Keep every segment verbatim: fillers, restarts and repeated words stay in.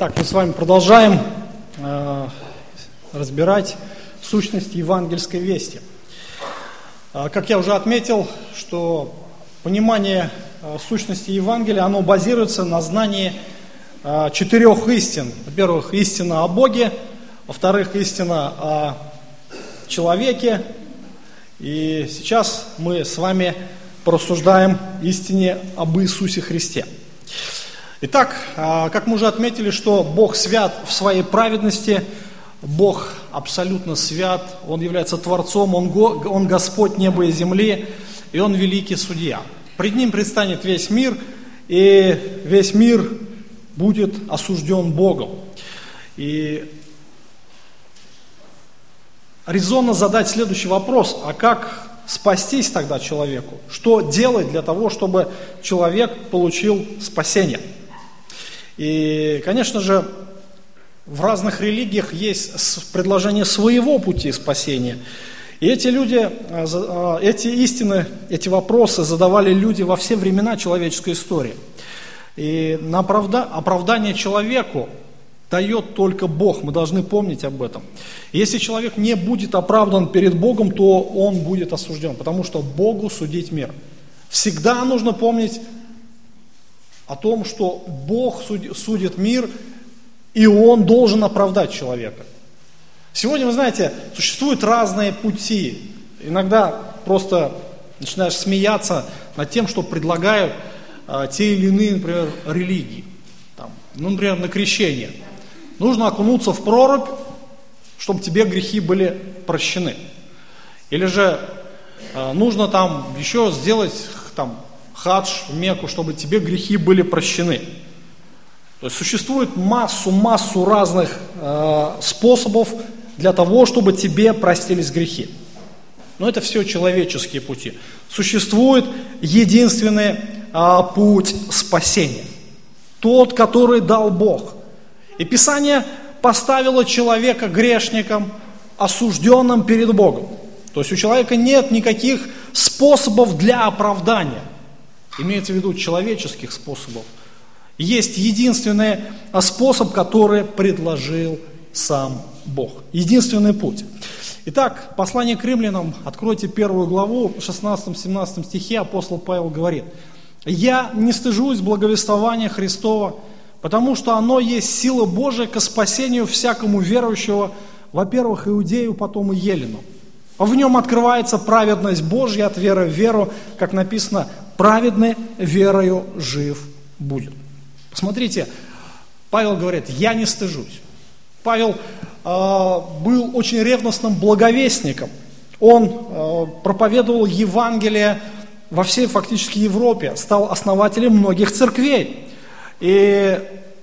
Так, мы с вами продолжаем э, разбирать сущность евангельской вести. Э, как я уже отметил, что понимание э, сущности Евангелия, оно базируется на знании э, четырех истин. Во-первых, истина о Боге, во-вторых, истина о человеке. И сейчас мы с вами порассуждаем истине об Иисусе Христе. Итак, как мы уже отметили, что Бог свят в своей праведности, Бог абсолютно свят, Он является Творцом, Он, Он Господь неба и земли, и Он великий судья. Пред Ним предстанет весь мир, и весь мир будет осужден Богом. И резонно задать следующий вопрос: а как спастись тогда человеку? Что делать для того, чтобы человек получил спасение? И, конечно же, в разных религиях есть предложение своего пути спасения. И эти люди, эти истины, эти вопросы задавали люди во все времена человеческой истории. И на оправдание человеку дает только Бог, мы должны помнить об этом. Если человек не будет оправдан перед Богом, то он будет осужден, потому что Богу судить мир. Всегда нужно помнить о том, что Бог судит мир, и Он должен оправдать человека. Сегодня, вы знаете, существуют разные пути. Иногда просто начинаешь смеяться над тем, что предлагают а, те или иные, например, религии. Там, ну, например, на крещение. Нужно окунуться в прорубь, чтобы тебе грехи были прощены. Или же э, нужно там еще сделать там, хадж в Мекку, чтобы тебе грехи были прощены. То есть существует массу-массу разных э, способов для того, чтобы тебе простились грехи. Но это все человеческие пути. Существует единственный э, путь спасения. Тот, который дал Бог. И Писание поставило человека грешником, осужденным перед Богом. То есть у человека нет никаких способов для оправдания. Имеется в виду человеческих способов. Есть единственный способ, который предложил сам Бог. Единственный путь. Итак, послание к римлянам, откройте первую главу, в шестнадцатом-семнадцатом стихе апостол Павел говорит: «Я не стыжусь благовествования Христова, потому что оно есть сила Божия ко спасению всякому верующего, во-первых, иудею, потом и елену. В нем открывается праведность Божья от веры в веру, как написано: праведный верою жив будет». Посмотрите, Павел говорит: «Я не стыжусь». Павел э, был очень ревностным благовестником. Он э, проповедовал Евангелие во всей фактически Европе, стал основателем многих церквей. И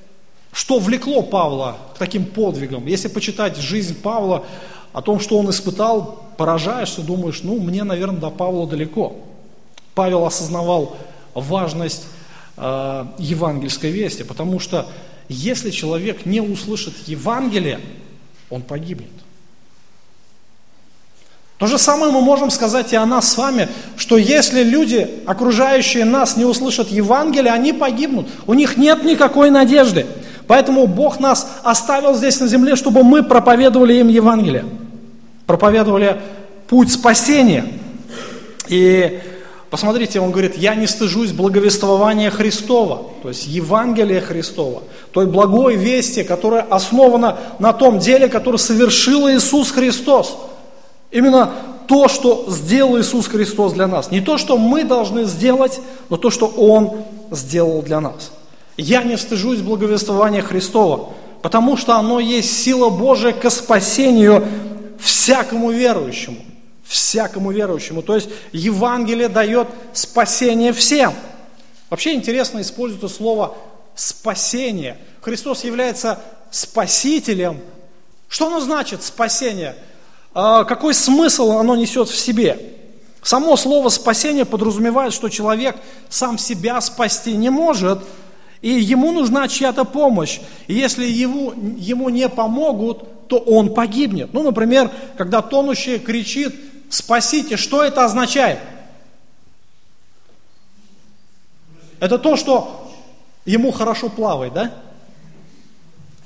что влекло Павла к таким подвигам? Если почитать жизнь Павла, о том, что он испытал, поражаешься, думаешь, ну, мне, наверное, до Павла далеко. Павел осознавал важность э, евангельской вести, потому что если человек не услышит Евангелие, он погибнет. То же самое мы можем сказать и о нас с вами, что если люди, окружающие нас, не услышат Евангелие, они погибнут. У них нет никакой надежды. Поэтому Бог нас оставил здесь на земле, чтобы мы проповедовали им Евангелие. Проповедовали путь спасения. И посмотрите, он говорит: «Я не стыжусь благовествования Христова», то есть Евангелия Христова, той благой вести, которая основана на том деле, которое совершил Иисус Христос. Именно то, что сделал Иисус Христос для нас. Не то, что мы должны сделать, но то, что Он сделал для нас. Я не стыжусь благовествования Христова, потому что оно есть сила Божия ко спасению всякому верующему. Всякому верующему. То есть Евангелие дает спасение всем. Вообще интересно используется слово «спасение». Христос является спасителем. Что оно значит спасение? Какой смысл оно несет в себе? Само слово «спасение» подразумевает, что человек сам себя спасти не может, и ему нужна чья-то помощь. И если ему, ему не помогут, то он погибнет. Ну, например, когда тонущий кричит: «Спасите!», что это означает? Это то, что ему хорошо плавать, да?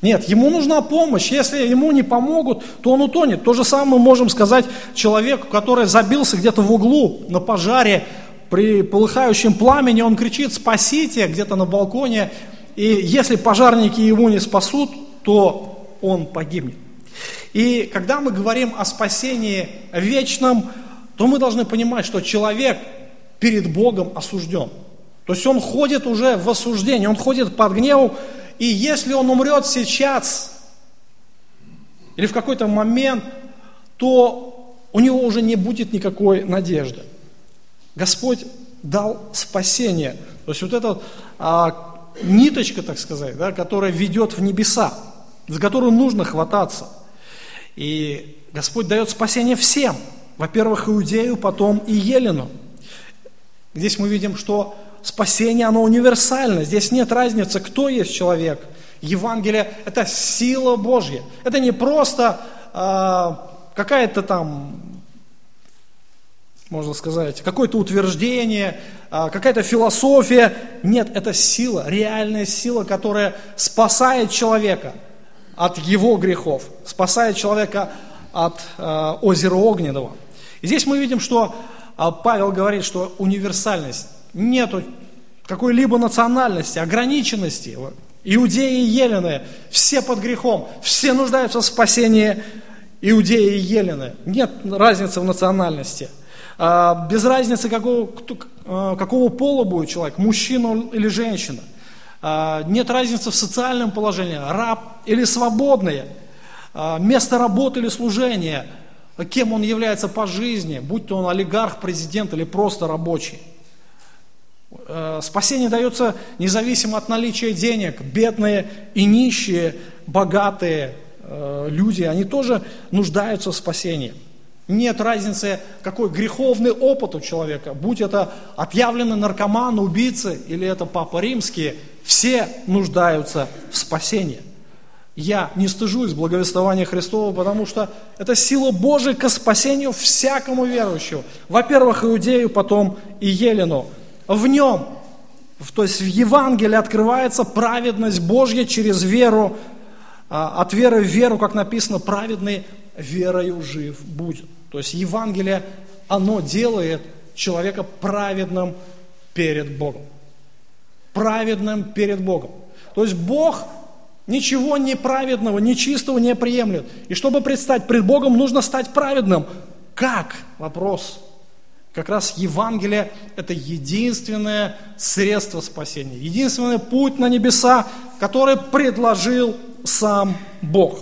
Нет, ему нужна помощь. Если ему не помогут, то он утонет. То же самое мы можем сказать человеку, который забился где-то в углу на пожаре, при полыхающем пламени, он кричит: «Спасите!» где-то на балконе. И если пожарники его не спасут, то он погибнет. И когда мы говорим о спасении вечном, то мы должны понимать, что человек перед Богом осужден. То есть он ходит уже в осуждении, он ходит под гневом, и если он умрет сейчас или в какой-то момент, то у него уже не будет никакой надежды. Господь дал спасение. То есть вот эта а, ниточка, так сказать, да, которая ведет в небеса, за которую нужно хвататься. И Господь дает спасение всем. Во-первых, Иудею, потом и Елену. Здесь мы видим, что спасение, оно универсально. Здесь нет разницы, кто есть человек. Евангелие – это сила Божья. Это не просто а, какая-то там, можно сказать, какое-то утверждение, а, какая-то философия. Нет, это сила, реальная сила, которая спасает человека от его грехов, спасает человека от а, озера Огненного. И здесь мы видим, что а, Павел говорит, что универсальность, нету какой-либо национальности, ограниченности. Иудеи и елены, все под грехом, все нуждаются в спасении. Иудеи и елены, нет разницы в национальности. А, без разницы, какого, кто, какого пола будет человек, мужчина или женщина. А, нет разницы в социальном положении, раб или свободный, а, место работы или служения, кем он является по жизни, будь то он олигарх, президент или просто рабочий. Спасение дается независимо от наличия денег. Бедные и нищие, богатые э, люди, они тоже нуждаются в спасении. Нет разницы, какой греховный опыт у человека, будь это отъявленный наркоман, убийца или это папа римский, все нуждаются в спасении. Я не стыжусь благовествования Христова, потому что это сила Божия ко спасению всякому верующему. Во-первых, Иудею, потом и елену. В нем, то есть в Евангелии открывается праведность Божья через веру, от веры в веру, как написано, праведный верою жив будет. То есть Евангелие, оно делает человека праведным перед Богом. Праведным перед Богом. То есть Бог ничего неправедного, нечистого не приемлет. И чтобы предстать пред Богом, нужно стать праведным. Как? Вопрос. Как раз Евангелие – это единственное средство спасения, единственный путь на небеса, который предложил сам Бог.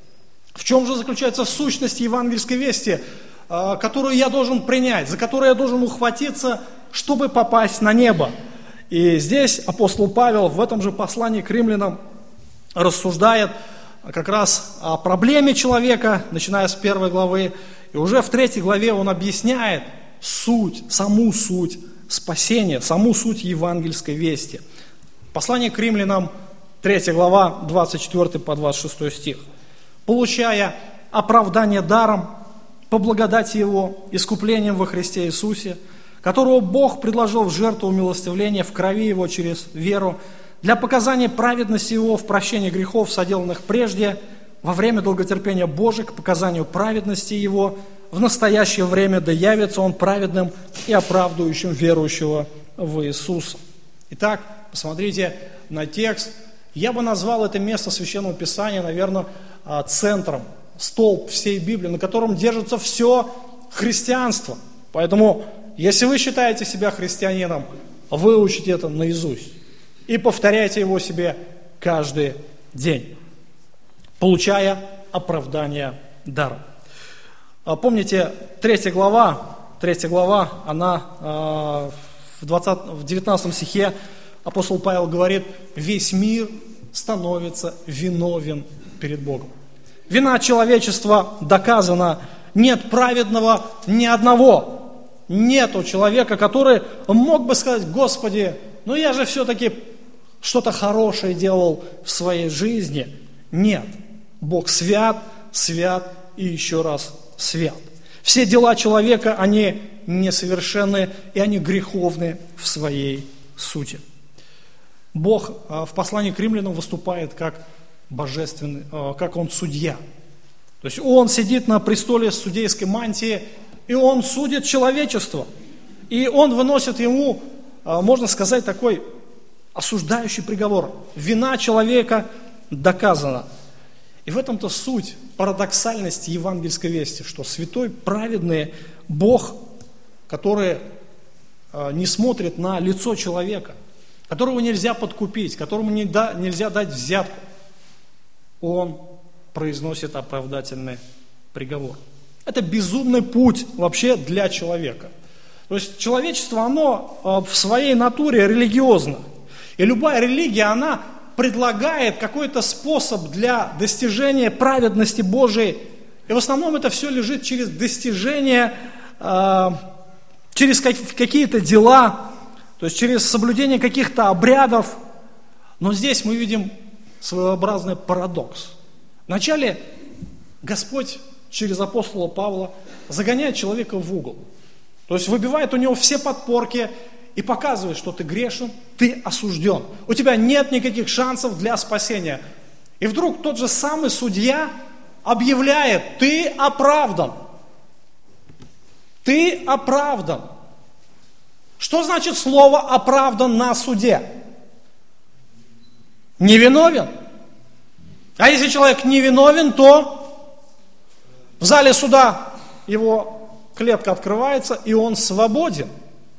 В чем же заключается сущность евангельской вести, которую я должен принять, за которую я должен ухватиться, чтобы попасть на небо? И здесь апостол Павел в этом же послании к римлянам рассуждает как раз о проблеме человека, начиная с первой главы, и уже в третьей главе он объясняет суть, саму суть спасения, саму суть евангельской вести. Послание к римлянам, третья глава, двадцать четвёртый по двадцать шестой стих. «Получая оправдание даром, по благодати Его, искуплением во Христе Иисусе, которого Бог предложил в жертву умилостивления в крови Его через веру, для показания праведности Его в прощении грехов, соделанных прежде, во время долготерпения Божия, к показанию праведности Его, в настоящее время да явится Он праведным и оправдывающим верующего в Иисуса». Итак, посмотрите на текст. Я бы назвал это место Священного Писания, наверное, центром, столб всей Библии, на котором держится все христианство. Поэтому, если вы считаете себя христианином, выучите это наизусть и повторяйте его себе каждый день, получая оправдание даром. Помните, третья глава, третья глава, она э, в, двадцатом, в девятнадцатом стихе апостол Павел говорит: весь мир становится виновен перед Богом. Вина человечества доказана, нет праведного ни одного. Нету человека, который мог бы сказать: Господи, ну я же все-таки что-то хорошее делал в своей жизни. Нет, Бог свят, свят и еще раз свят. Все дела человека, они несовершенны и они греховны в своей сути. Бог в послании к римлянам выступает как божественный, как Он судья. То есть Он сидит на престоле судейской мантии, и Он судит человечество. И Он выносит ему, можно сказать, такой осуждающий приговор. Вина человека доказана. И в этом-то суть, парадоксальность евангельской вести, что святой, праведный Бог, который не смотрит на лицо человека, которого нельзя подкупить, которому не да, нельзя дать взятку, Он произносит оправдательный приговор. Это безумный путь вообще для человека. То есть человечество, оно в своей натуре религиозно. И любая религия, она предлагает какой-то способ для достижения праведности Божией. И в основном это все лежит через достижение, э, через какие-то дела, то есть через соблюдение каких-то обрядов. Но здесь мы видим своеобразный парадокс. Вначале Господь через апостола Павла загоняет человека в угол. То есть выбивает у него все подпорки и показывает, что ты грешен, ты осужден. У тебя нет никаких шансов для спасения. И вдруг тот же самый судья объявляет: ты оправдан. Ты оправдан. Что значит слово «оправдан» на суде? Невиновен. А если человек невиновен, то в зале суда его клетка открывается, и он свободен.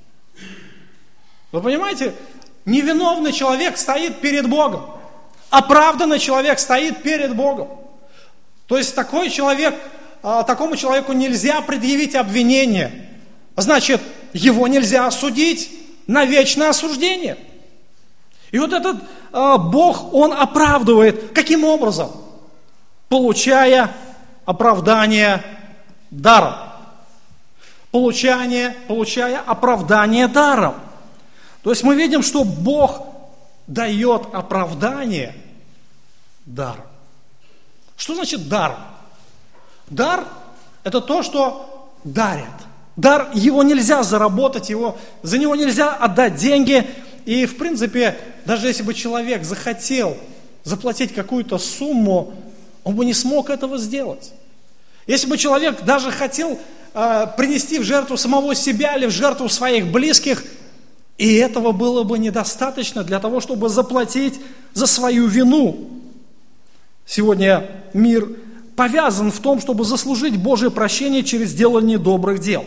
Вы понимаете? Невиновный человек стоит перед Богом. Оправданный человек стоит перед Богом. То есть такой человек, такому человеку нельзя предъявить обвинение. Значит, его нельзя осудить на вечное осуждение. И вот этот Бог, Он оправдывает. Каким образом? Получая оправдание даром. Получание, получая оправдание даром. То есть мы видим, что Бог дает оправдание даром. Что значит дар? Дар – это то, что дарят. Дар, его нельзя заработать, его, за него нельзя отдать деньги. И, в принципе, даже если бы человек захотел заплатить какую-то сумму, он бы не смог этого сделать. Если бы человек даже хотел э, принести в жертву самого себя или в жертву своих близких, и этого было бы недостаточно для того, чтобы заплатить за свою вину. Сегодня мир повязан в том, чтобы заслужить Божие прощение через делание добрых дел.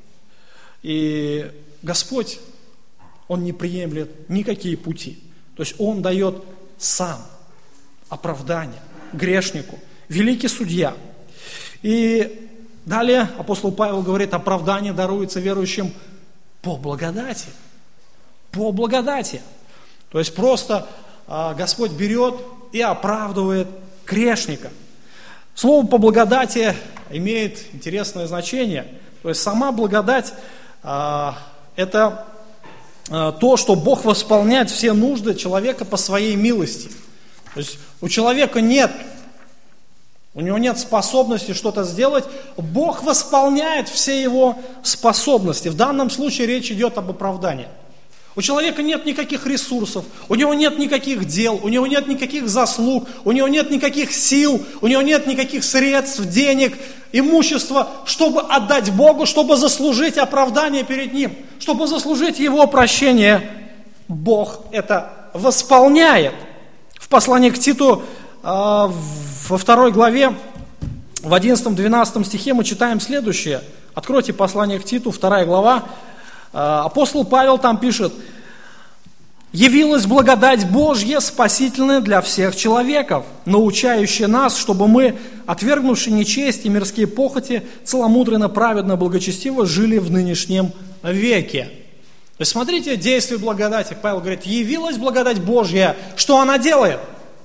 И Господь, Он не приемлет никакие пути. То есть Он дает сам оправдание грешнику, великий судья. И далее апостол Павел говорит, оправдание даруется верующим по благодати. По благодати. То есть просто а, Господь берет и оправдывает грешника. Слово по благодати имеет интересное значение. То есть сама благодать а, это а, то, что Бог восполняет все нужды человека по своей милости. То есть у человека нет, у него нет способности что-то сделать, Бог восполняет все его способности. В данном случае речь идет об оправдании. У человека нет никаких ресурсов, у него нет никаких дел, у него нет никаких заслуг, у него нет никаких сил, у него нет никаких средств, денег, имущества, чтобы отдать Богу, чтобы заслужить оправдание перед Ним, чтобы заслужить Его прощение. Бог это восполняет. В послании к Титу во второй главе, в одиннадцатом-двенадцатом стихе мы читаем следующее. Откройте послание к Титу, вторая глава. Апостол Павел там пишет: «Явилась благодать Божья, спасительная для всех человеков, научающая нас, чтобы мы, отвергнувши нечесть и мирские похоти, целомудренно, праведно, благочестиво жили в нынешнем веке». То есть смотрите действие благодати. Павел говорит, явилась благодать Божья. Что она делает?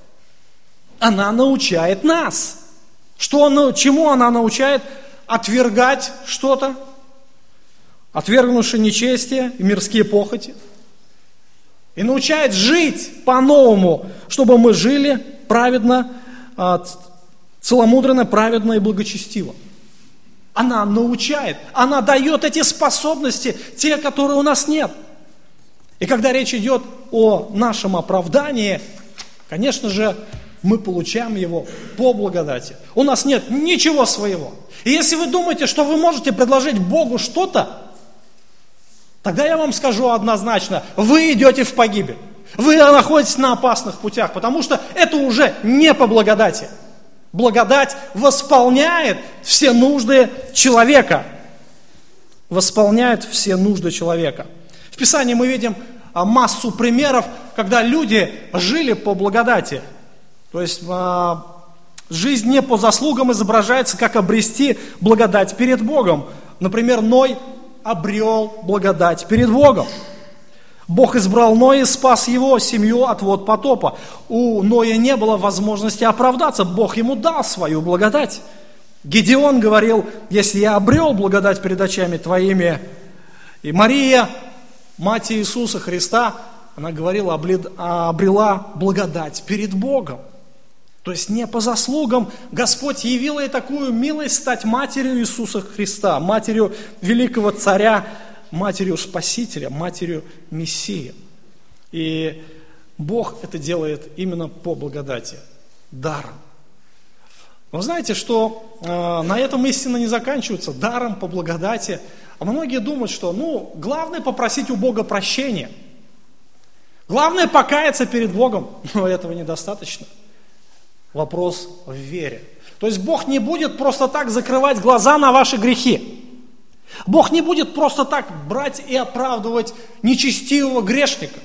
Она научает нас. Что она, чему она научает? Отвергать что-то. Отвергнувши нечестие и мирские похоти. И научает жить по-новому, чтобы мы жили праведно, целомудренно, праведно и благочестиво. Она научает, она дает эти способности, те, которые у нас нет. И когда речь идет о нашем оправдании, конечно же, Мы получаем его по благодати. У нас нет ничего своего. И если вы думаете, что вы можете предложить Богу что-то, тогда я вам скажу однозначно, вы идете в погибель. Вы находитесь на опасных путях, потому что это уже не по благодати. Благодать восполняет все нужды человека. Восполняет все нужды человека. В Писании мы видим массу примеров, когда люди жили по благодати. То есть жизнь не по заслугам изображается, как обрести благодать перед Богом. Например, Ной обрел благодать перед Богом. Бог избрал Ноя и спас его семью от вод потопа. У Ноя не было возможности оправдаться, Бог ему дал свою благодать. Гедеон говорил: если я обрел благодать перед очами твоими, и Мария, мать Иисуса Христа, она говорила, обрела благодать перед Богом. То есть не по заслугам Господь явил ей такую милость стать матерью Иисуса Христа, матерью великого царя, матерью Спасителя, матерью Мессии. И Бог это делает именно по благодати, даром. Вы знаете, что э, на этом истина не заканчивается, даром по благодати. А многие думают, что ну, главное попросить у Бога прощения. Главное покаяться перед Богом, но этого недостаточно. Вопрос в вере. То есть Бог не будет просто так закрывать глаза на ваши грехи. Бог не будет просто так брать и оправдывать нечестивого грешника.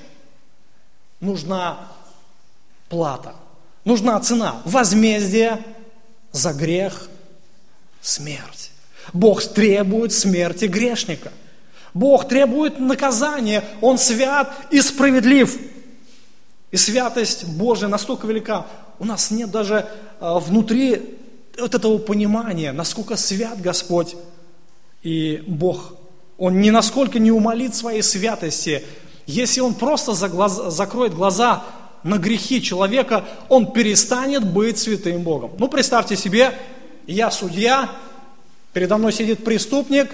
Нужна плата, нужна цена, возмездие за грех, смерть. Бог требует смерти грешника. Бог требует наказания. Он свят и справедлив. И святость Божия настолько велика. У нас нет даже а, внутри вот этого понимания, насколько свят Господь. И Бог, Он ни насколько не умалит своей святости. Если Он просто за глаз, закроет глаза на грехи человека, он перестанет быть святым Богом. Ну, представьте себе, я судья, передо мной сидит преступник,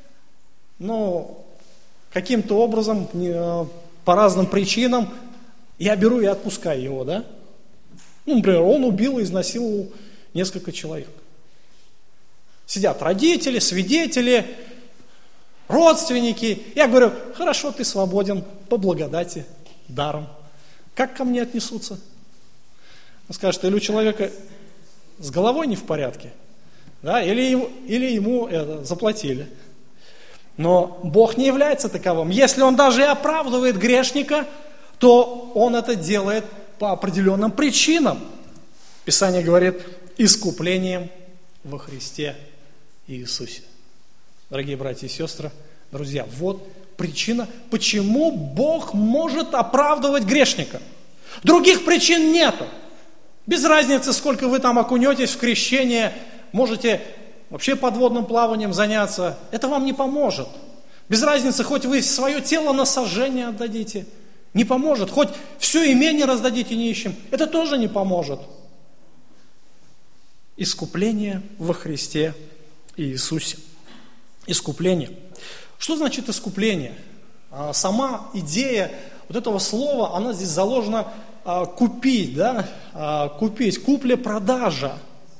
ну, каким-то образом, по разным причинам, я беру и отпускаю его, да? Ну, например, он убил и изнасиловал несколько человек. Сидят родители, свидетели, родственники. Я говорю: хорошо, ты свободен по благодати, даром. Как ко мне отнесутся? Он скажет: или у человека с головой не в порядке, да, или, его, или ему это, заплатили. Но Бог не является таковым. Если Он даже и оправдывает грешника, то Он это делает по определенным причинам. Писание говорит: искуплением во Христе Иисусе. Дорогие братья и сестры, друзья, вот причина, почему Бог может оправдывать грешника. Других причин нету. Без разницы, сколько вы там окунетесь в крещение, можете вообще подводным плаванием заняться, это вам не поможет. Без разницы, хоть вы свое тело на сожжение отдадите, не поможет. Хоть все имение раздадите нищим, это тоже не поможет. Искупление во Христе Иисусе. Искупление. Что значит искупление? Сама идея вот этого слова, она здесь заложена купить, да? Купить, купля-продажа.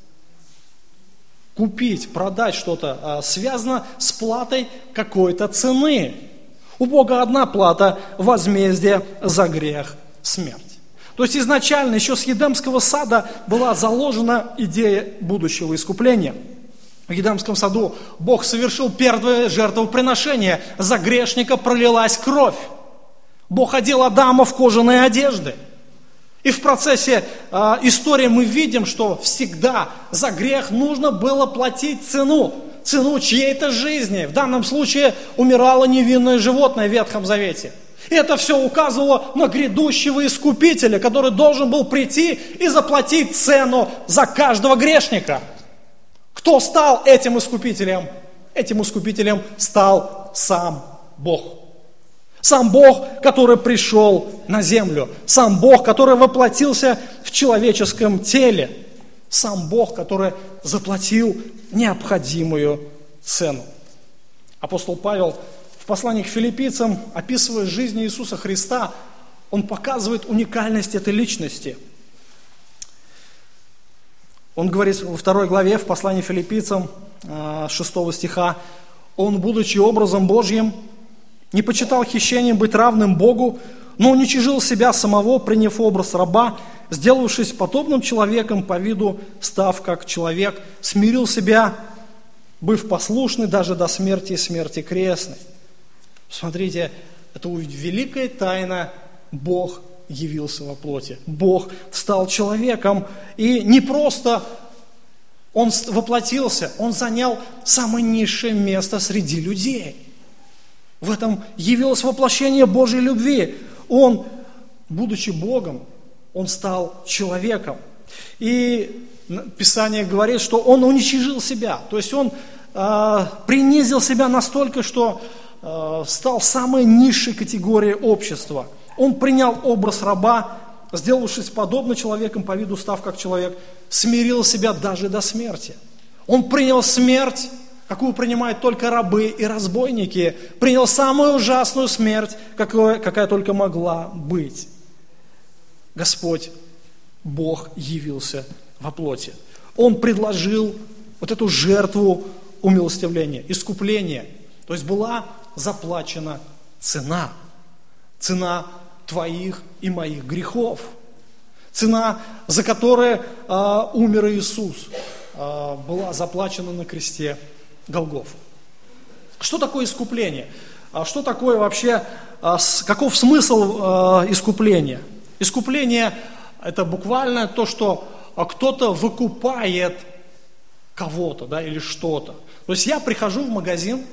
Купить, продать что-то связано с платой какой-то цены. У Бога одна плата – возмездие за грех, смерть. То есть изначально еще с Едемского сада была заложена идея будущего искупления. В Едемском саду Бог совершил первое жертвоприношение. За грешника пролилась кровь. Бог одел Адама в кожаные одежды. И в процессе э, истории мы видим, что всегда за грех нужно было платить цену. Цену чьей-то жизни. В данном случае умирало невинное животное в Ветхом Завете. И это все указывало на грядущего искупителя, который должен был прийти и заплатить цену за каждого грешника. Кто стал этим искупителем? Этим искупителем стал сам Бог. Сам Бог, который пришел на землю. Сам Бог, который воплотился в человеческом теле. Сам Бог, который заплатил необходимую цену. Апостол Павел в послании к филиппийцам, описывая жизнь Иисуса Христа, он показывает уникальность этой личности. Он говорит во второй главе в послании Филиппийцам, шестого стиха, «Он, будучи образом Божьим, не почитал хищением быть равным Богу, но уничижил себя самого, приняв образ раба, сделавшись подобным человеком по виду, став как человек, смирил себя, быв послушный даже до смерти и смерти крестной». Смотрите, это великая тайна. Бог явился во плоти. Бог стал человеком. И не просто Он воплотился, Он занял самое низшее место среди людей. В этом явилось воплощение Божьей любви. Он, будучи Богом, Он стал человеком. И Писание говорит, что Он уничижил себя. То есть Он э, принизил себя настолько, что э, стал самой низшей категорией общества. Он принял образ раба, сделавшись подобно человеком, по виду став как человек, смирил себя даже до смерти. Он принял смерть, какую принимают только рабы и разбойники, принял самую ужасную смерть, какая, какая только могла быть. Господь, Бог явился во плоти. Он предложил вот эту жертву умилостивления, искупления. То есть была заплачена цена. Цена твоих и моих грехов. Цена, за которую э, умер Иисус, э, была заплачена на кресте Голгофы. Что такое искупление? А что такое вообще, э, с, каков смысл э, искупления? Искупление – это буквально то, что кто-то выкупает кого-то, да, или что-то. То есть я прихожу в магазин,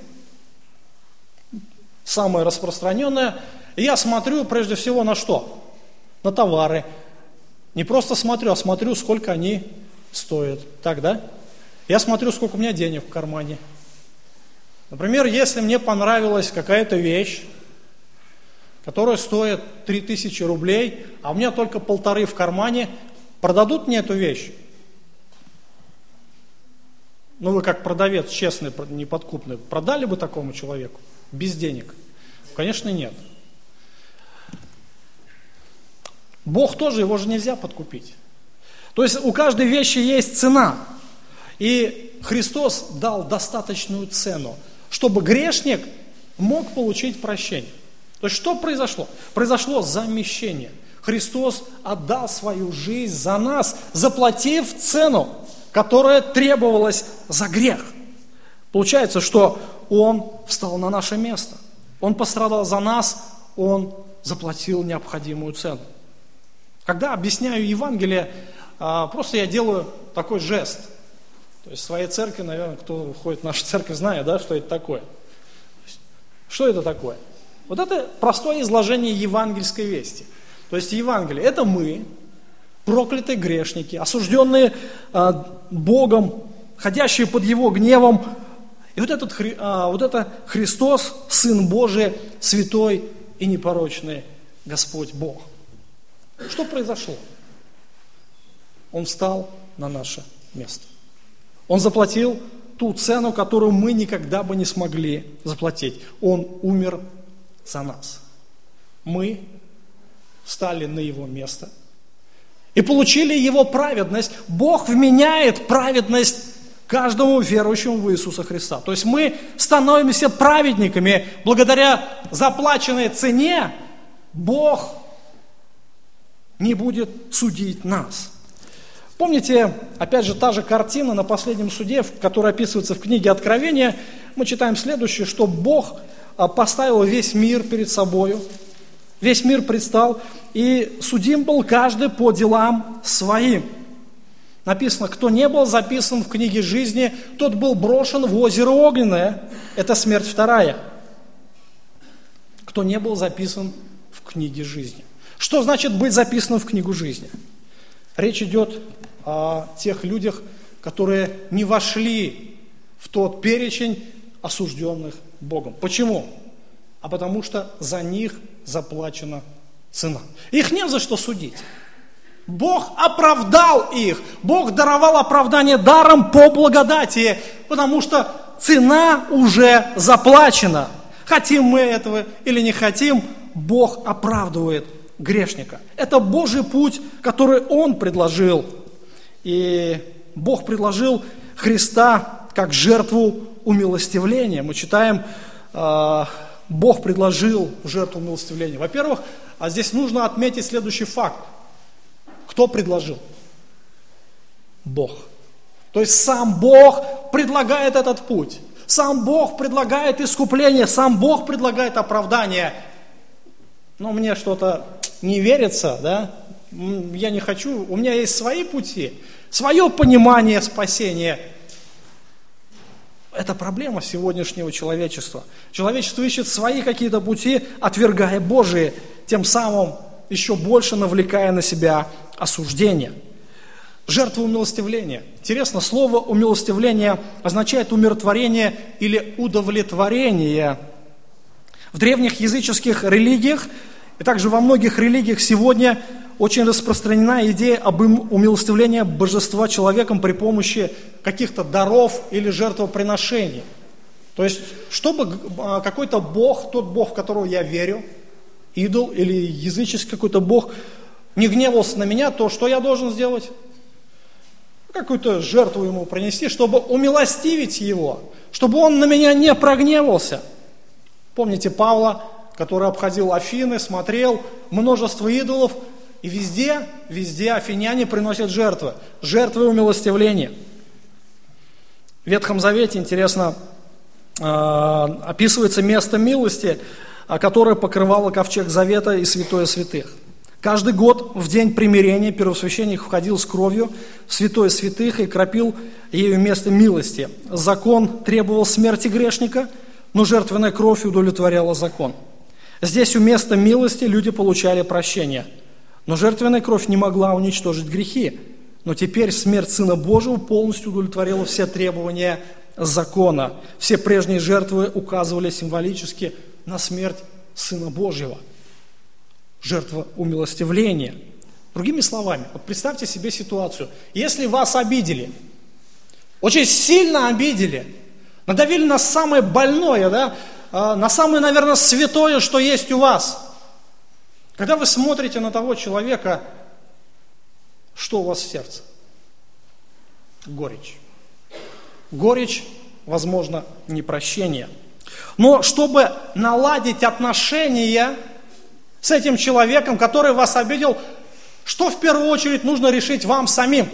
самое распространенное, и я смотрю прежде всего на что? На товары. Не просто смотрю, а смотрю, сколько они стоят. Так, да? Я смотрю, сколько у меня денег в кармане. Например, если мне понравилась какая-то вещь, которая стоит три тысячи рублей, а у меня только полторы в кармане, продадут мне эту вещь? Ну, вы как продавец, честный, неподкупный, продали бы такому человеку без денег? Конечно, нет. Бог тоже, его же нельзя подкупить. То есть у каждой вещи есть цена. И Христос дал достаточную цену, чтобы грешник мог получить прощение. То есть что произошло? Произошло замещение. Христос отдал свою жизнь за нас, заплатив цену, которая требовалась за грех. Получается, что Он встал на наше место. Он пострадал за нас, Он заплатил необходимую цену. Когда объясняю Евангелие, просто я делаю такой жест. То есть в своей церкви, наверное, кто ходит в нашу церковь, знает, да, что это такое. Что это такое? Вот это простое изложение евангельской вести. То есть Евангелие – это мы, проклятые грешники, осужденные Богом, ходящие под Его гневом. И вот, этот, вот это Христос, Сын Божий, святой и непорочный Господь Бог. Что произошло? Он встал на наше место. Он заплатил ту цену, которую мы никогда бы не смогли заплатить. Он умер за нас. Мы встали на Его место и получили Его праведность. Бог вменяет праведность каждому верующему в Иисуса Христа. То есть мы становимся праведниками благодаря заплаченной цене. Бог не будет судить нас. Помните, опять же, та же картина на последнем суде, которая описывается в книге Откровения. Мы читаем следующее, что Бог поставил весь мир перед собою, весь мир предстал, и судим был каждый по делам своим. Написано, кто не был записан в книге жизни, тот был брошен в озеро огненное. Это смерть вторая. Кто не был записан в книге жизни. Что значит быть записанным в книгу жизни? Речь идет о тех людях, которые не вошли в тот перечень осужденных Богом. Почему? А потому что за них заплачена цена. Их не за что судить. Бог оправдал их. Бог даровал оправдание даром по благодати, потому что цена уже заплачена. Хотим мы этого или не хотим, Бог оправдывает грешника. Это Божий путь, который Он предложил. И Бог предложил Христа как жертву умилостивления. Мы читаем, э, Бог предложил жертву умилостивления. Во-первых, а здесь нужно отметить следующий факт. Кто предложил? Бог. То есть сам Бог предлагает этот путь. Сам Бог предлагает искупление, сам Бог предлагает оправдание. Но мне что-то не верится, да? Я не хочу, у меня есть свои пути, свое понимание спасения. Это проблема сегодняшнего человечества. Человечество ищет свои какие-то пути, отвергая Божие, тем самым еще больше навлекая на себя осуждение. Жертва умилостивления. Интересно, слово умилостивление означает умиротворение или удовлетворение. В древних языческих религиях и также во многих религиях сегодня очень распространена идея об умилостивлении божества человеком при помощи каких-то даров или жертвоприношений. То есть, чтобы какой-то бог, тот бог, в которого я верю, идол или языческий какой-то бог, не гневался на меня, то что я должен сделать? Какую-то жертву ему принести, чтобы умилостивить его, чтобы он на меня не прогневался. Помните Павла, который обходил Афины, смотрел множество идолов, и везде, везде афиняне приносят жертвы, жертвы умилостивления. В Ветхом Завете, интересно, описывается место милости, которое покрывало ковчег Завета и святое святых. Каждый год в день примирения первосвященник входил с кровью в святое святых и кропил ею место милости. Закон требовал смерти грешника, но жертвенная кровь удовлетворяла закон. Здесь у места милости люди получали прощение. Но жертвенная кровь не могла уничтожить грехи. Но теперь смерть Сына Божьего полностью удовлетворила все требования закона. Все прежние жертвы указывали символически на смерть Сына Божьего. Жертва умилостивления. Другими словами, вот представьте себе ситуацию. Если вас обидели, очень сильно обидели, надавили на самое больное, да, на самое, наверное, святое, что есть у вас. Когда вы смотрите на того человека, что у вас в сердце? Горечь. Горечь, возможно, непрощение. Но чтобы наладить отношения с этим человеком, который вас обидел, что в первую очередь нужно решить вам самим?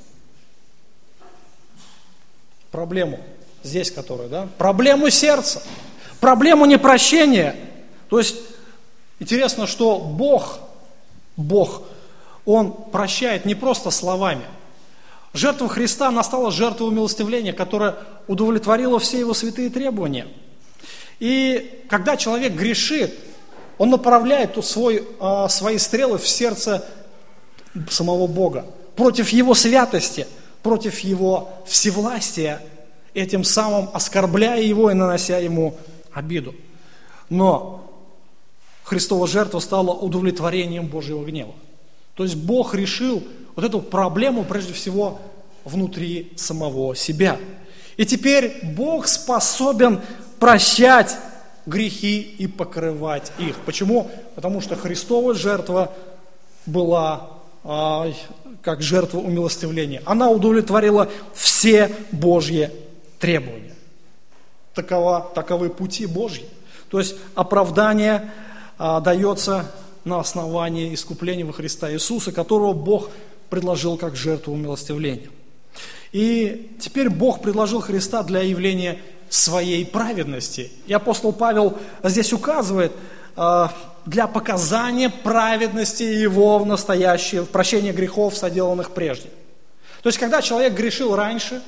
Проблему здесь, которую, да? Проблему сердца, проблему непрощения. То есть, интересно, что Бог, Бог, Он прощает не просто словами. Жертва Христа, она стала жертвой умилостивления, которая удовлетворила все Его святые требования. И когда человек грешит, он направляет свой, свои стрелы в сердце самого Бога, против Его святости, против Его всевластия, этим самым оскорбляя Его и нанося Ему обиду. Но Христова жертва стала удовлетворением Божьего гнева. То есть Бог решил вот эту проблему прежде всего внутри самого себя. И теперь Бог способен прощать грехи и покрывать их. Почему? Потому что Христова жертва была а, как жертва умилостивления. Она удовлетворила все Божьи требования. Такова, таковы пути Божьи. То есть оправдание а, дается на основании искупления во Христа Иисуса, которого Бог предложил как жертву умилостивления. И теперь Бог предложил Христа для явления своей праведности. И апостол Павел здесь указывает э, для показания праведности его в настоящее, в прощении грехов, соделанных прежде. То есть, когда человек грешил раньше,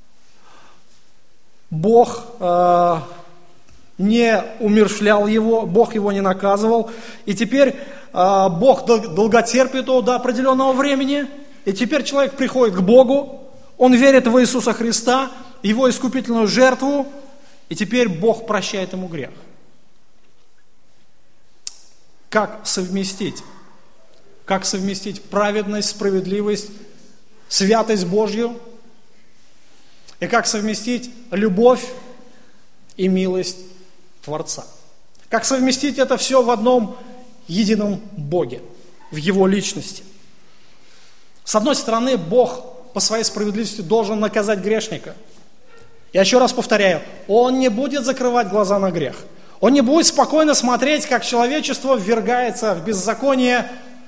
Бог э, не умерщвлял его, Бог его не наказывал, и теперь э, Бог долготерпит его до определенного времени, и теперь человек приходит к Богу, он верит в Иисуса Христа, Его искупительную жертву, и теперь Бог прощает ему грех. Как совместить? Как совместить праведность, справедливость, святость Божью? И как совместить любовь и милость Творца? Как совместить это все в одном едином Боге, в Его личности? С одной стороны, Бог по своей справедливости должен наказать грешника. Я еще раз повторяю, Он не будет закрывать глаза на грех. Он не будет спокойно смотреть, как человечество ввергается в беззаконие.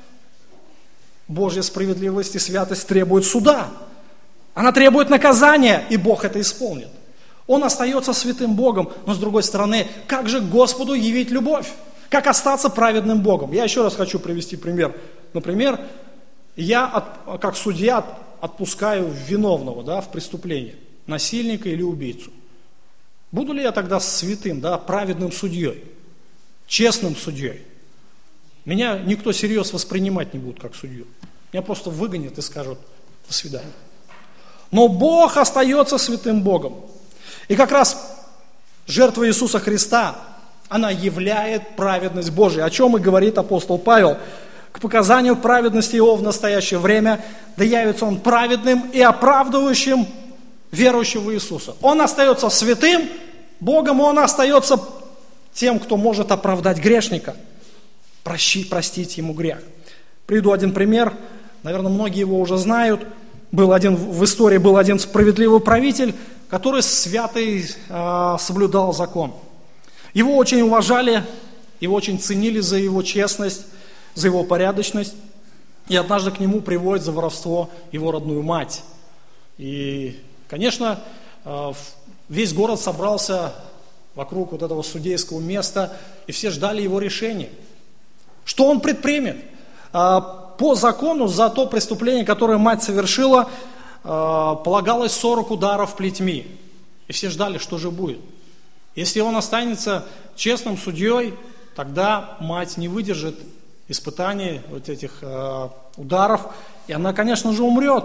Божья справедливость и святость требует суда. Она требует наказания, и Бог это исполнит. Он остается святым Богом, но с другой стороны, как же Господу явить любовь? Как остаться праведным Богом? Я еще раз хочу привести пример. Например, я от, как судья отпускаю виновного, да, в преступлении, насильника или убийцу. Буду ли я тогда святым, да, праведным судьей, честным судьей? Меня никто всерьез воспринимать не будет как судью. Меня просто выгонят и скажут: до свидания. Но Бог остается святым Богом. И как раз жертва Иисуса Христа, она являет праведность Божию. О чем и говорит апостол Павел. К показанию праведности его в настоящее время, да явится он праведным и оправдывающим верующего Иисуса. Он остается святым Богом, он остается тем, кто может оправдать грешника, прощить, простить ему грех. Приведу один пример, наверное, многие его уже знают. Был один, в истории был один справедливый правитель, который святый э, соблюдал закон. Его очень уважали, его очень ценили за его честность, за его порядочность. И однажды к нему приводят за воровство его родную мать. И, конечно, э, весь город собрался вокруг вот этого судейского места, и все ждали его решения. Что он предпримет? Э, по закону за то преступление, которое мать совершила, полагалось сорок ударов плетьми. И все ждали, что же будет. Если он останется честным судьей, тогда мать не выдержит испытаний вот этих э, ударов, и она, конечно же, умрет.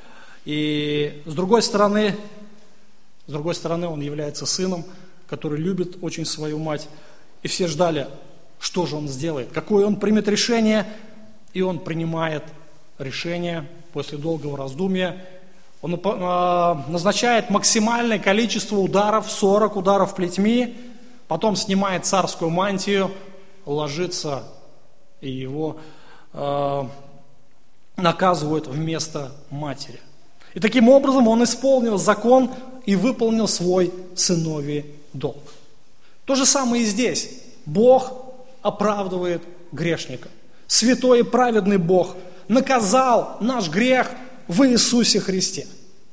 И с другой стороны, с другой стороны, он является сыном, который любит очень свою мать. И все ждали, что же он сделает, какое он примет решение. И он принимает решение после долгого раздумья. Он назначает максимальное количество ударов, сорок ударов плетьми, потом снимает царскую мантию, ложится, и его э, наказывают вместо матери. И таким образом он исполнил закон и выполнил свой сыновий долг. То же самое и здесь. Бог оправдывает грешника. Святой и праведный Бог наказал наш грех в Иисусе Христе.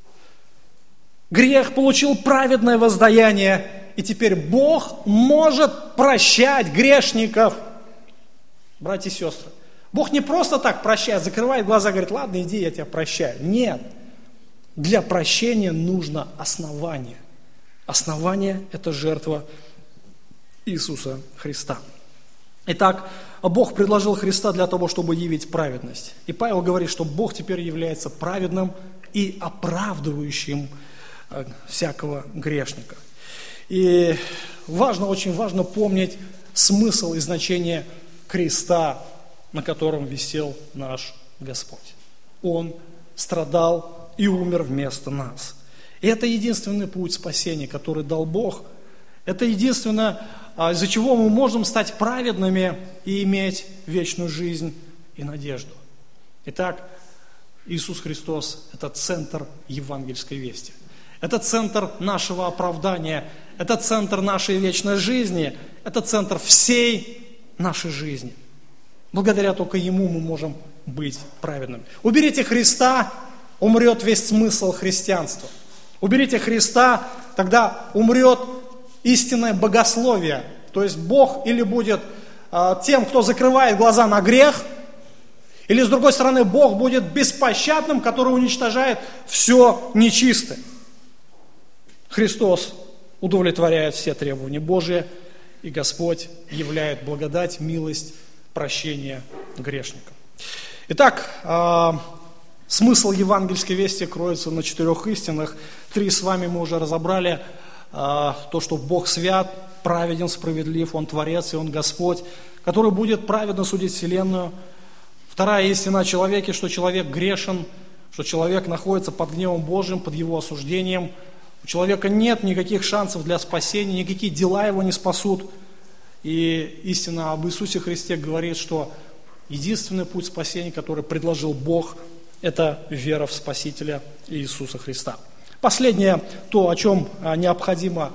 Грех получил праведное воздаяние, и теперь Бог может прощать грешников. Братья и сестры, Бог не просто так прощает, закрывает глаза, говорит: ладно, иди, я тебя прощаю. Нет, для прощения нужно основание. Основание – это жертва Иисуса Христа. Итак, Бог предложил Христа для того, чтобы явить праведность. И Павел говорит, что Бог теперь является праведным и оправдывающим всякого грешника. И важно, очень важно помнить смысл и значение креста, на котором висел наш Господь. Он страдал и умер вместо нас. И это единственный путь спасения, который дал Бог. Это единственное, из-за чего мы можем стать праведными и иметь вечную жизнь и надежду. Итак, Иисус Христос – это центр евангельской вести. Это центр нашего оправдания, это центр нашей вечной жизни, это центр всей нашей жизни. Благодаря только Ему мы можем быть праведными. Уберите Христа, умрет весь смысл христианства. Уберите Христа, тогда умрет истинное богословие. То есть Бог или будет э, тем, кто закрывает глаза на грех, или с другой стороны Бог будет беспощадным, который уничтожает все нечистое. Христос удовлетворяет все требования Божии, и Господь являет благодать, милость, прощение грешникам. Итак, э, смысл евангельской вести кроется на четырех истинах. Три с вами мы уже разобрали. Э, то, что Бог свят, праведен, справедлив, Он Творец и Он Господь, который будет праведно судить вселенную. Вторая истина о человеке, что человек грешен, что человек находится под гневом Божьим, под Его осуждением. У человека нет никаких шансов для спасения, никакие дела его не спасут. И истина об Иисусе Христе говорит, что единственный путь спасения, который предложил Бог, это вера в Спасителя Иисуса Христа. Последнее, то, о чем необходимо,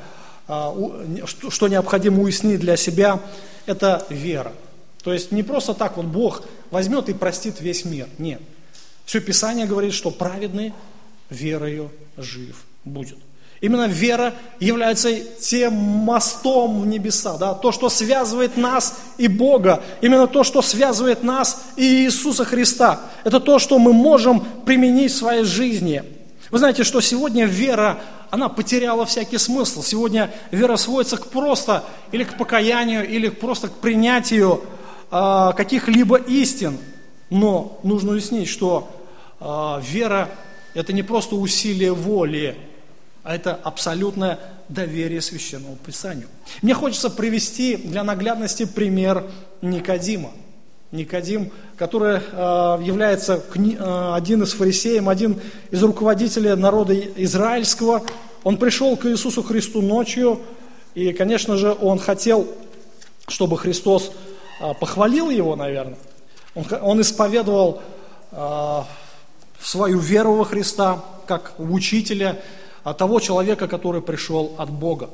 что необходимо уяснить для себя, это вера. То есть не просто так вот Бог возьмет и простит весь мир. Нет. Все Писание говорит, что праведный верою жив будет. Именно вера является тем мостом в небеса, да? То, что связывает нас и Бога, именно то, что связывает нас и Иисуса Христа. Это то, что мы можем применить в своей жизни. Вы знаете, что сегодня вера, она потеряла всякий смысл. Сегодня вера сводится к просто, или к покаянию, или просто к принятию э, каких-либо истин. Но нужно уяснить, что э, вера – это не просто усилие воли, а это абсолютное доверие Священному Писанию. Мне хочется привести для наглядности пример Никодима. Никодим, который э, является кни, э, один из фарисеев, один из руководителей народа израильского. Он пришел к Иисусу Христу ночью, и, конечно же, он хотел, чтобы Христос э, похвалил его, наверное. Он, он исповедовал э, свою веру во Христа, как в учителя, того человека, который пришел от Бога.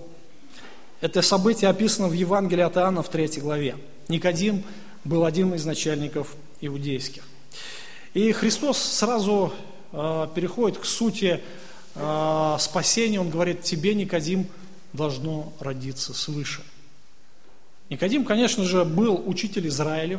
Это событие описано в Евангелии от Иоанна в третьей главе. Никодим был один из начальников иудейских. И Христос сразу э, переходит к сути э, спасения. Он говорит: тебе, Никодим, должно родиться свыше. Никодим, конечно же, был учитель Израилев.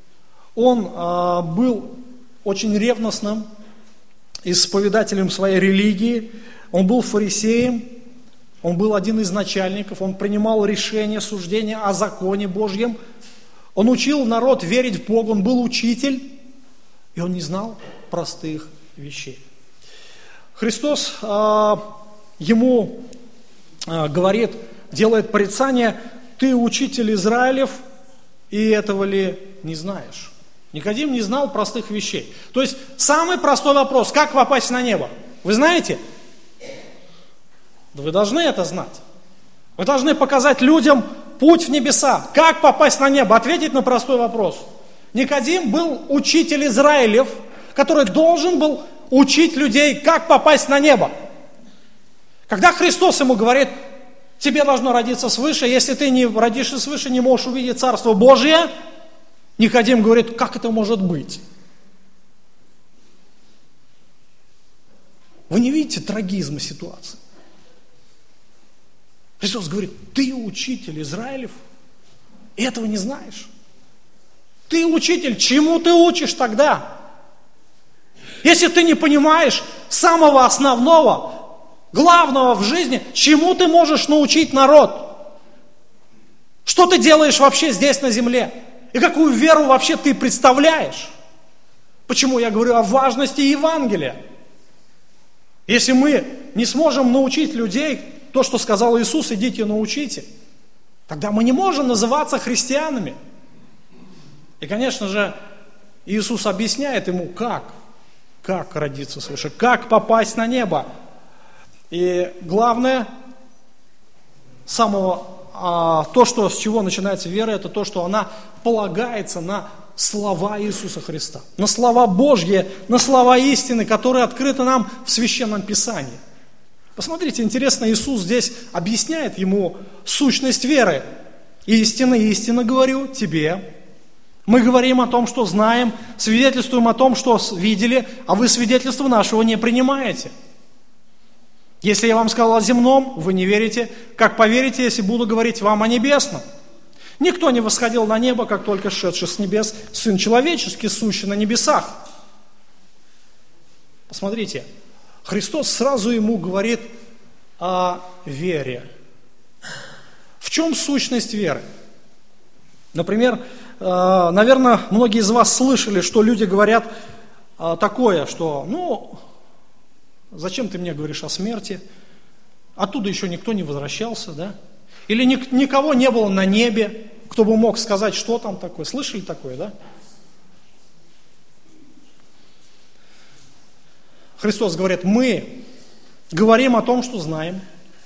Он э, был очень ревностным исповедателем своей религии. Он был фарисеем, он был один из начальников, он принимал решения, суждения о законе Божьем. Он учил народ верить в Бога, он был учитель, и он не знал простых вещей. Христос э, ему э, говорит, делает порицание: ты учитель Израилев, и этого ли не знаешь? Никодим не знал простых вещей. То есть самый простой вопрос: как попасть на небо? Вы знаете? Да вы должны это знать. Вы должны показать людям путь в небеса. Как попасть на небо? Ответить на простой вопрос. Никодим был учитель Израилев, который должен был учить людей, как попасть на небо. Когда Христос ему говорит: тебе должно родиться свыше, если ты не родишься свыше, не можешь увидеть Царство Божие, Никодим говорит: как это может быть? Вы не видите трагизма ситуации? Христос говорит: ты учитель Израилев, и этого не знаешь. Ты учитель, чему ты учишь тогда? Если ты не понимаешь самого основного, главного в жизни, чему ты можешь научить народ? Что ты делаешь вообще здесь на земле? И какую веру вообще ты представляешь? Почему я говорю о важности Евангелия? Если мы не сможем научить людей то, что сказал Иисус: идите научите, тогда мы не можем называться христианами. И, конечно же, Иисус объясняет ему, как, как родиться свыше, как попасть на небо. И главное, самого, а, то, что, с чего начинается вера, это то, что она полагается на слова Иисуса Христа, на слова Божьи, на слова истины, которые открыты нам в Священном Писании. Посмотрите, интересно, Иисус здесь объясняет ему сущность веры. Истинно, истинно говорю тебе. Мы говорим о том, что знаем, свидетельствуем о том, что видели, а вы свидетельства нашего не принимаете. Если я вам сказал о земном, вы не верите. Как поверите, если буду говорить вам о небесном? Никто не восходил на небо, как только сшедший с небес Сын Человеческий, сущий на небесах. Посмотрите, Христос сразу ему говорит о вере. В чем сущность веры? Например, наверное, многие из вас слышали, что люди говорят такое, что, ну, зачем ты мне говоришь о смерти? Оттуда еще никто не возвращался, да? Или никого не было на небе, кто бы мог сказать, что там такое. Слышали такое, да? Христос говорит: мы говорим о том, что знаем,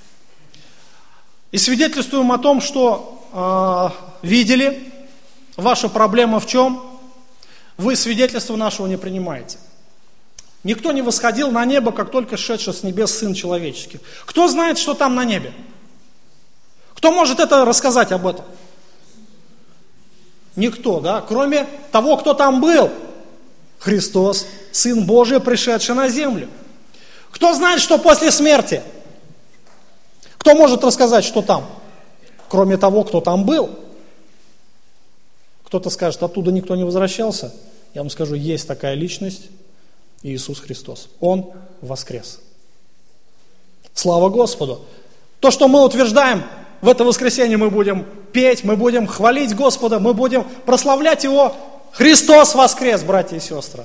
и свидетельствуем о том, что э, видели. Ваша проблема в чем? Вы свидетельство нашего не принимаете. Никто не восходил на небо, как только шедший с небес Сын Человеческий. Кто знает, что там на небе? Кто может это рассказать об этом? Никто, да? Кроме того, кто там был. Христос, Сын Божий, пришедший на землю. Кто знает, что после смерти? Кто может рассказать, что там? Кроме того, кто там был. Кто-то скажет, оттуда никто не возвращался. Я вам скажу, есть такая личность, Иисус Христос. Он воскрес. Слава Господу! То, что мы утверждаем, в это воскресенье мы будем петь, мы будем хвалить Господа, мы будем прославлять Его. Христос воскрес, братья и сестры.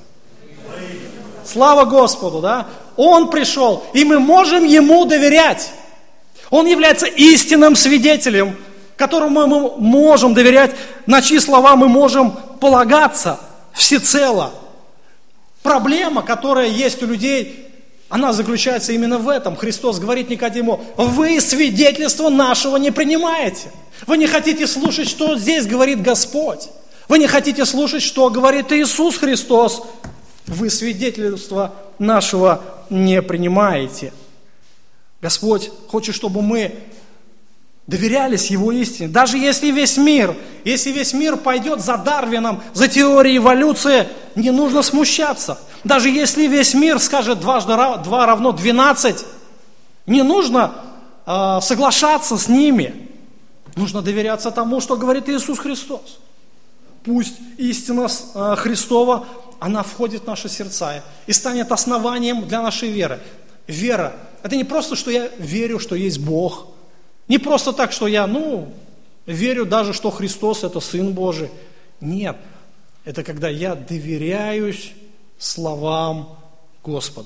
Слава Господу, да? Он пришел, и мы можем Ему доверять. Он является истинным свидетелем, которому мы можем доверять, на чьи слова мы можем полагаться всецело. Проблема, которая есть у людей, она заключается именно в этом. Христос говорит Никодиму: вы свидетельство нашего не принимаете. Вы не хотите слушать, что здесь говорит Господь. Вы не хотите слушать, что говорит Иисус Христос. Вы свидетельство нашего не принимаете. Господь хочет, чтобы мы доверялись Его истине. Даже если весь мир, если весь мир пойдет за Дарвином, за теорией эволюции, не нужно смущаться. Даже если весь мир скажет дважды два равно двенадцать, не нужно э, соглашаться с ними. Нужно доверяться тому, что говорит Иисус Христос. Пусть истина э, Христова, она входит в наши сердца и станет основанием для нашей веры. Вера – это не просто, что я верю, что есть Бог. Не просто так, что я, ну, верю даже, что Христос – это Сын Божий. Нет, это когда я доверяюсь словам Господа.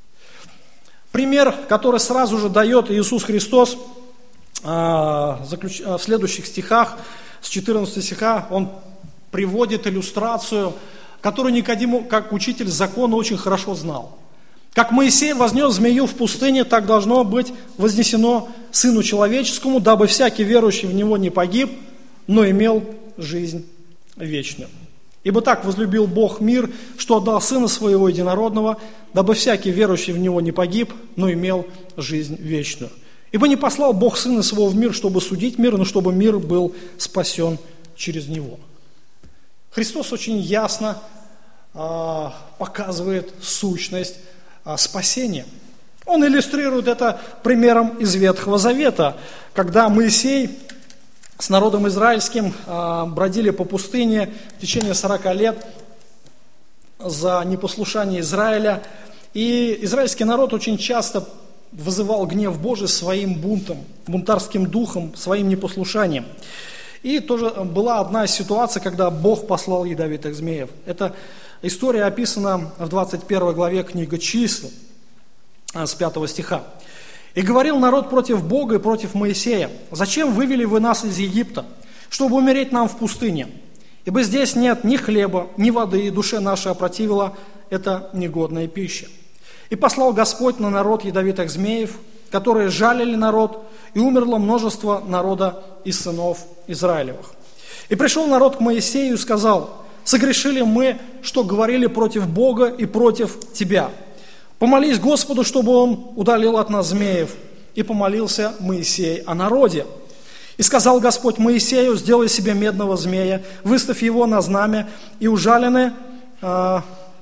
Пример, который сразу же дает Иисус Христос в следующих стихах, с четырнадцатого стиха, Он приводит иллюстрацию, которую Никодим, как учитель закона, очень хорошо знал. Как Моисей вознес змею в пустыне, так должно быть вознесено Сыну Человеческому, дабы всякий верующий в Него не погиб, но имел жизнь вечную. Ибо так возлюбил Бог мир, что отдал Сына Своего Единородного, дабы всякий верующий в Него не погиб, но имел жизнь вечную. Ибо не послал Бог Сына Своего в мир, чтобы судить мир, но чтобы мир был спасен через Него. Христос очень ясно э, показывает сущность спасения. Он иллюстрирует это примером из Ветхого Завета, когда Моисей с народом израильским бродили по пустыне в течение сорока лет за непослушание Израиля. И израильский народ очень часто вызывал гнев Божий своим бунтом, бунтарским духом, своим непослушанием. И тоже была одна ситуация, когда Бог послал ядовитых змеев. Это история описана в двадцать первой главе книги «Чисел» с пятого стиха. «И говорил народ против Бога и против Моисея: зачем вывели вы нас из Египта, чтобы умереть нам в пустыне? Ибо здесь нет ни хлеба, ни воды, и душе нашей опротивила эта негодная пища. И послал Господь на народ ядовитых змеев, которые жалили народ, и умерло множество народа из сынов Израилевых. И пришел народ к Моисею и сказал: согрешили мы, что говорили против Бога и против тебя. Помолись Господу, чтобы Он удалил от нас змеев. И помолился Моисей о народе. И сказал Господь Моисею: сделай себе медного змея, выставь его на знамя, и ужаленный, э,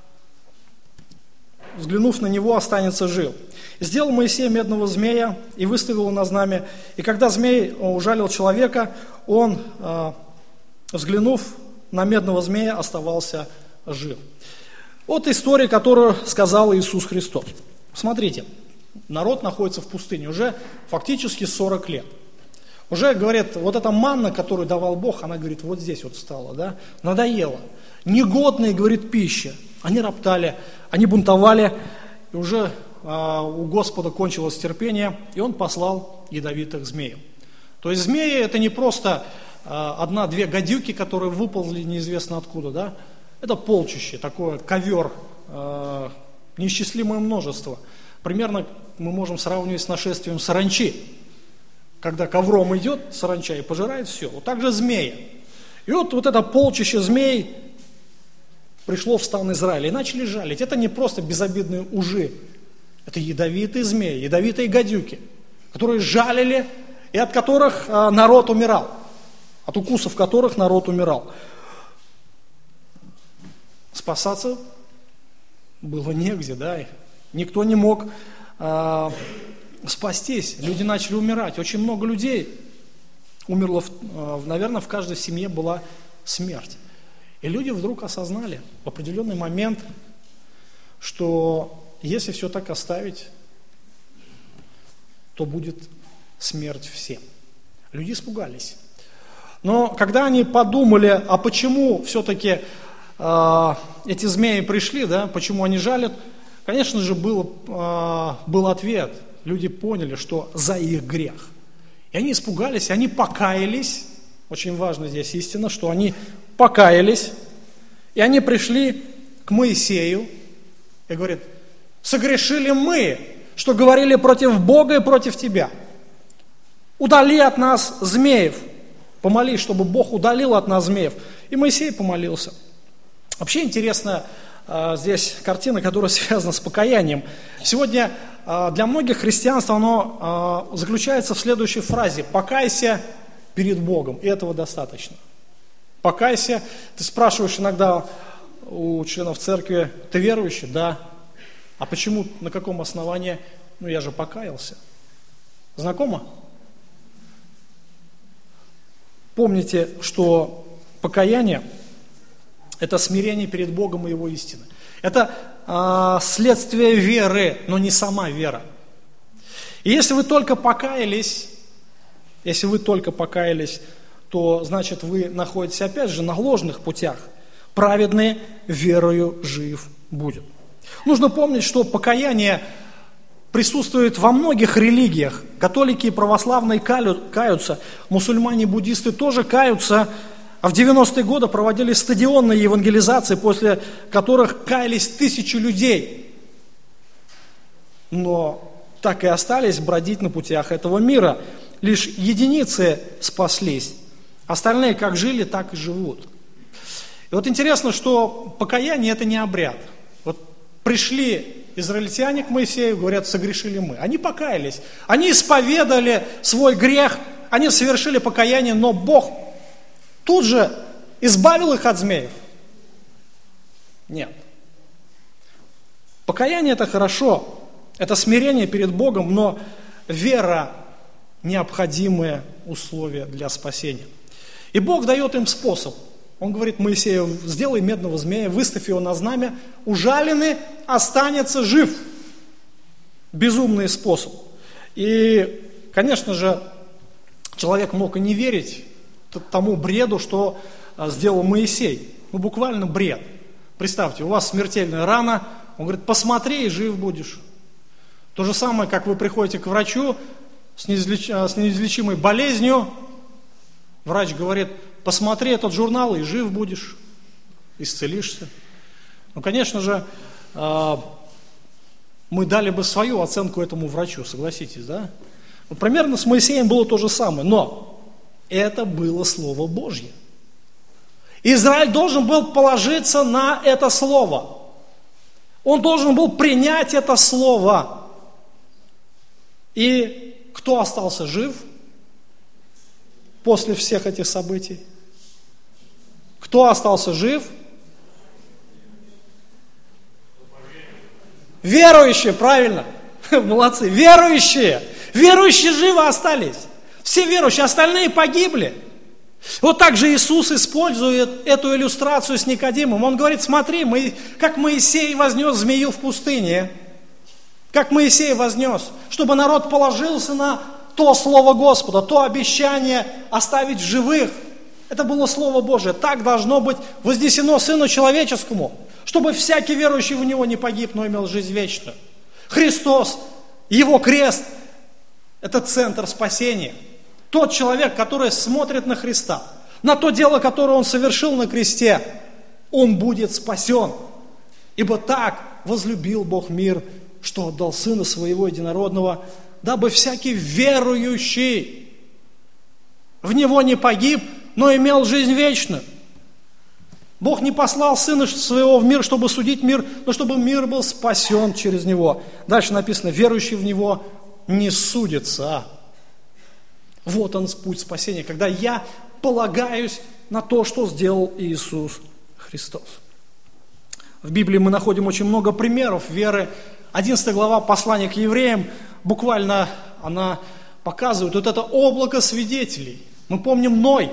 взглянув на него, останется жив. Сделал Моисей медного змея и выставил его на знамя. И когда змей ужалил человека, он, э, взглянув на медного змея, оставался жив». Вот история, которую сказал Иисус Христос. Смотрите, народ находится в пустыне уже фактически сорок лет. Уже, говорят, вот эта манна, которую давал Бог, она, говорит, вот здесь вот стала, да, надоела. Негодная, говорит, пища. Они роптали, они бунтовали, и уже а, у Господа кончилось терпение, и Он послал ядовитых змеев. То есть змеи это не просто а, одна-две гадюки, которые выползли неизвестно откуда, да. Это полчище, такое ковер, э, неисчислимое множество. Примерно мы можем сравнивать с нашествием саранчи. Когда ковром идет саранча и пожирает все. Вот так же змеи. И вот, вот это полчище змей пришло в стан Израиля и начали жалить. Это не просто безобидные ужи, это ядовитые змеи, ядовитые гадюки, которые жалили и от которых народ умирал, от укусов которых народ умирал. Спасаться было негде, да, никто не мог э, спастись, люди начали умирать, очень много людей умерло, в, э, наверное, в каждой семье была смерть. И люди вдруг осознали в определенный момент, что если все так оставить, то будет смерть всем. Люди испугались. Но когда они подумали, а почему все-таки э, эти змеи пришли, да, почему они жалят, конечно же, был, э, был ответ. Люди поняли, что за их грех. И они испугались, и они покаялись. Очень важно здесь истина, что они покаялись, и они пришли к Моисею и говорят: согрешили мы, что говорили против Бога и против тебя. Удали от нас змеев. Помолись, чтобы Бог удалил от нас змеев. И Моисей помолился. Вообще интересная э, здесь картина, которая связана с покаянием. Сегодня э, для многих христианство оно э, заключается в следующей фразе: покайся перед Богом, и этого достаточно. Покайся. Ты спрашиваешь иногда у членов церкви: ты верующий? Да. А почему, на каком основании? Ну, я же покаялся. Знакомо? Помните, что покаяние – это смирение перед Богом и Его истиной. Это э, следствие веры, но не сама вера. И если вы только покаялись, если вы только покаялись, то значит вы находитесь опять же на ложных путях. Праведный верою жив будет. Нужно помнить, что покаяние присутствует во многих религиях. Католики и православные каются, мусульмане, буддисты тоже каются. А в девяностые годы проводили стадионные евангелизации, после которых каялись тысячи людей. Но так и остались бродить на путях этого мира. Лишь единицы спаслись. Остальные как жили, так и живут. И вот интересно, что покаяние – это не обряд. Вот пришли израильтяне к Моисею, говорят: согрешили мы. Они покаялись, они исповедали свой грех, они совершили покаяние, но Бог тут же избавил их от змеев. Нет. Покаяние – это хорошо, это смирение перед Богом, но вера – необходимое условие для спасения. И Бог дает им способ. Он говорит Моисею: сделай медного змея, выставь его на знамя, ужаленный останется жив. Безумный способ. И, конечно же, человек мог и не верить тому бреду, что сделал Моисей. Ну, буквально бред. Представьте, у вас смертельная рана, он говорит: посмотри и жив будешь. То же самое, как вы приходите к врачу с, неизлеч... с неизлечимой болезнью, врач говорит: посмотри этот журнал и жив будешь, исцелишься. Ну, конечно же, мы дали бы свою оценку этому врачу, согласитесь, да? Ну, примерно с Моисеем было то же самое, но это было Слово Божье. Израиль должен был положиться на это Слово. Он должен был принять это Слово. И кто остался жив после всех этих событий? Кто остался жив? Верующие, правильно. Молодцы. Верующие. Верующие живы остались. Все верующие, остальные погибли. Вот так же Иисус использует эту иллюстрацию с Никодимом. Он говорит: смотри, мы, как Моисей вознес змею в пустыне, как Моисей вознес, чтобы народ положился на то Слово Господа, то обещание оставить в живых. Это было Слово Божие. Так должно быть вознесено Сыну Человеческому, чтобы всякий верующий в Него не погиб, но имел жизнь вечную. Христос, Его крест – это центр спасения. Тот человек, который смотрит на Христа, на то дело, которое Он совершил на кресте, он будет спасен. Ибо так возлюбил Бог мир, что отдал Сына Своего Единородного, дабы всякий верующий в Него не погиб, но имел жизнь вечную. Бог не послал Сына Своего в мир, чтобы судить мир, но чтобы мир был спасен через Него. Дальше написано, верующий в Него не судится. Вот он путь спасения, когда я полагаюсь на то, что сделал Иисус Христос. В Библии мы находим очень много примеров веры. одиннадцатая глава послания к евреям, буквально она показывает вот это облако свидетелей. Мы помним Ной.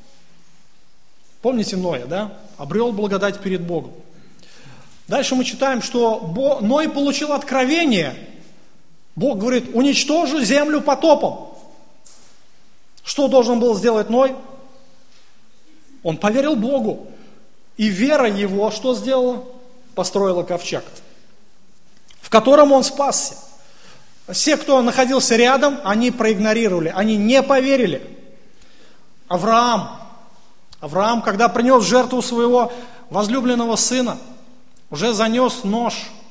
Помните Ноя, да? Обрел благодать перед Богом. Дальше мы читаем, что Ной получил откровение. Бог говорит, уничтожу землю потопом. Что должен был сделать Ной? Он поверил Богу. И вера его что сделала? Построила ковчег, в котором он спасся. Все, кто находился рядом, они проигнорировали, они не поверили. Авраам, Авраам, когда принес в жертву своего возлюбленного сына, уже занес нож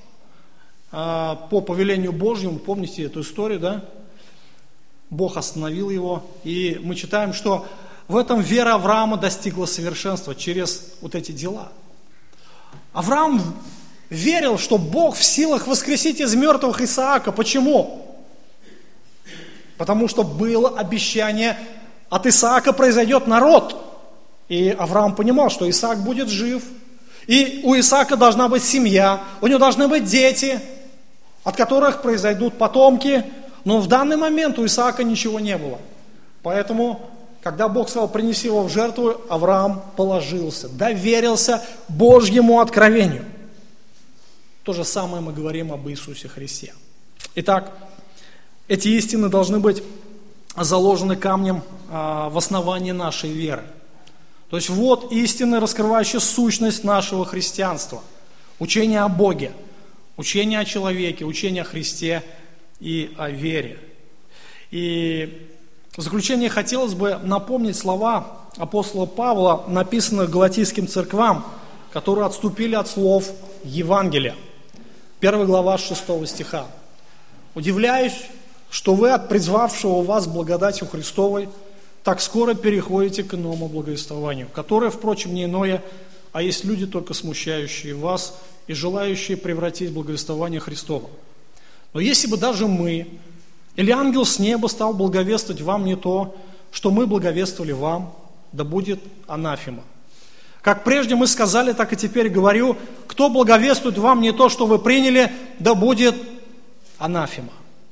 э, по повелению Божьему, помните эту историю, да? Бог остановил его, и мы читаем, что в этом вера Авраама достигла совершенства через вот эти дела. Авраам верил, что Бог в силах воскресить из мертвых Исаака. Почему? Потому что было обещание, от Исаака произойдет народ. И Авраам понимал, что Исаак будет жив, и у Исаака должна быть семья, у него должны быть дети, от которых произойдут потомки. Но в данный момент у Исаака ничего не было. Поэтому, когда Бог сказал, принеси его в жертву, Авраам положился, доверился Божьему откровению. То же самое мы говорим об Иисусе Христе. Итак, эти истины должны быть заложены камнем а, в основании нашей веры. То есть вот истины, раскрывающие сущность нашего христианства. Учение о Боге, учение о человеке, учение о Христе и о вере. И в заключение хотелось бы напомнить слова апостола Павла, написанных галатийским церквам, которые отступили от слов Евангелия. Первая глава шестого стиха. «Удивляюсь, что вы от призвавшего вас благодатью Христовой так скоро переходите к иному благовествованию, которое, впрочем, не иное, а есть люди, только смущающие вас и желающие превратить благовествование Христово. Но если бы даже мы, или ангел с неба стал благовествовать вам не то, что мы благовествовали вам, да будет анафема. Как прежде мы сказали, так и теперь говорю, кто благовествует вам не то, что вы приняли, да будет анафема».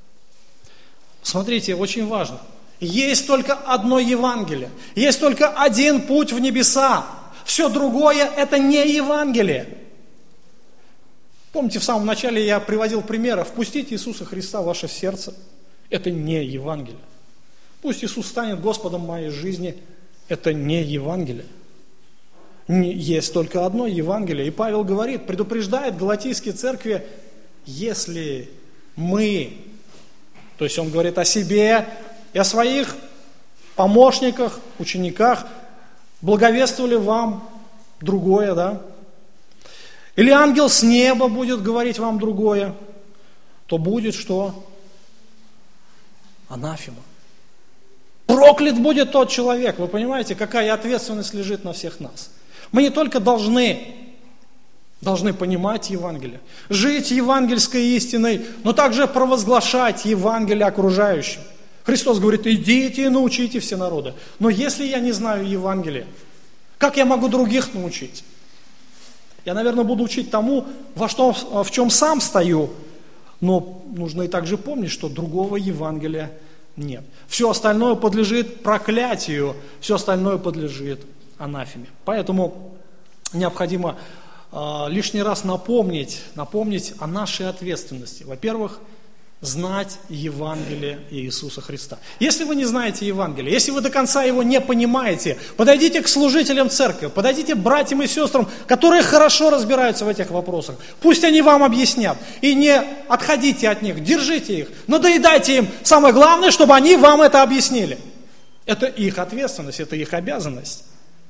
Смотрите, очень важно. Есть только одно Евангелие, есть только один путь в небеса. Все другое – это не Евангелие. Помните, в самом начале я приводил примеры. Впустите Иисуса Христа в ваше сердце. Это не Евангелие. Пусть Иисус станет Господом моей жизни. Это не Евангелие. Не, есть только одно Евангелие. И Павел говорит, предупреждает галатийские церкви, если мы, то есть он говорит о себе и о своих помощниках, учениках, благовествовали вам другое, да? Или ангел с неба будет говорить вам другое, то будет что? Анафема. Проклят будет тот человек. Вы понимаете, какая ответственность лежит на всех нас. Мы не только должны, должны понимать Евангелие, жить евангельской истиной, но также провозглашать Евангелие окружающим. Христос говорит, идите и научите все народы. Но если я не знаю Евангелия, как я могу других научить? Я, наверное, буду учить тому, во что, в чем сам стою, но нужно и также помнить, что другого Евангелия нет. Все остальное подлежит проклятию, все остальное подлежит анафеме. Поэтому необходимо э, лишний раз напомнить, напомнить о нашей ответственности. Во-первых, знать Евангелие Иисуса Христа. Если вы не знаете Евангелие, если вы до конца его не понимаете, подойдите к служителям церкви, подойдите к братьям и сестрам, которые хорошо разбираются в этих вопросах. Пусть они вам объяснят. И не отходите от них, держите их, надоедайте им. Самое главное, чтобы они вам это объяснили. Это их ответственность, это их обязанность.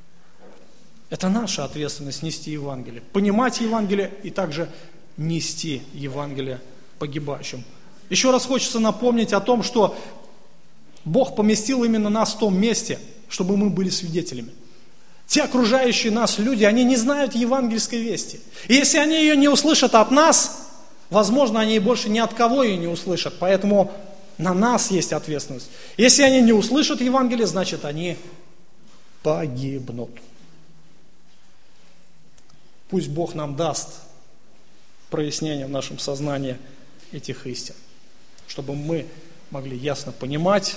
Это наша ответственность нести Евангелие. Понимать Евангелие и также нести Евангелие погибающим. Еще раз хочется напомнить о том, что Бог поместил именно нас в том месте, чтобы мы были свидетелями. Те окружающие нас люди, они не знают евангельской вести. И если они ее не услышат от нас, возможно, они больше ни от кого ее не услышат. Поэтому на нас есть ответственность. Если они не услышат Евангелие, значит, они погибнут. Пусть Бог нам даст прояснение в нашем сознании этих истин, чтобы мы могли ясно понимать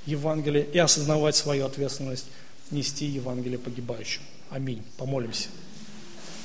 Евангелие и осознавать свою ответственность нести Евангелие погибающим. Аминь. Помолимся.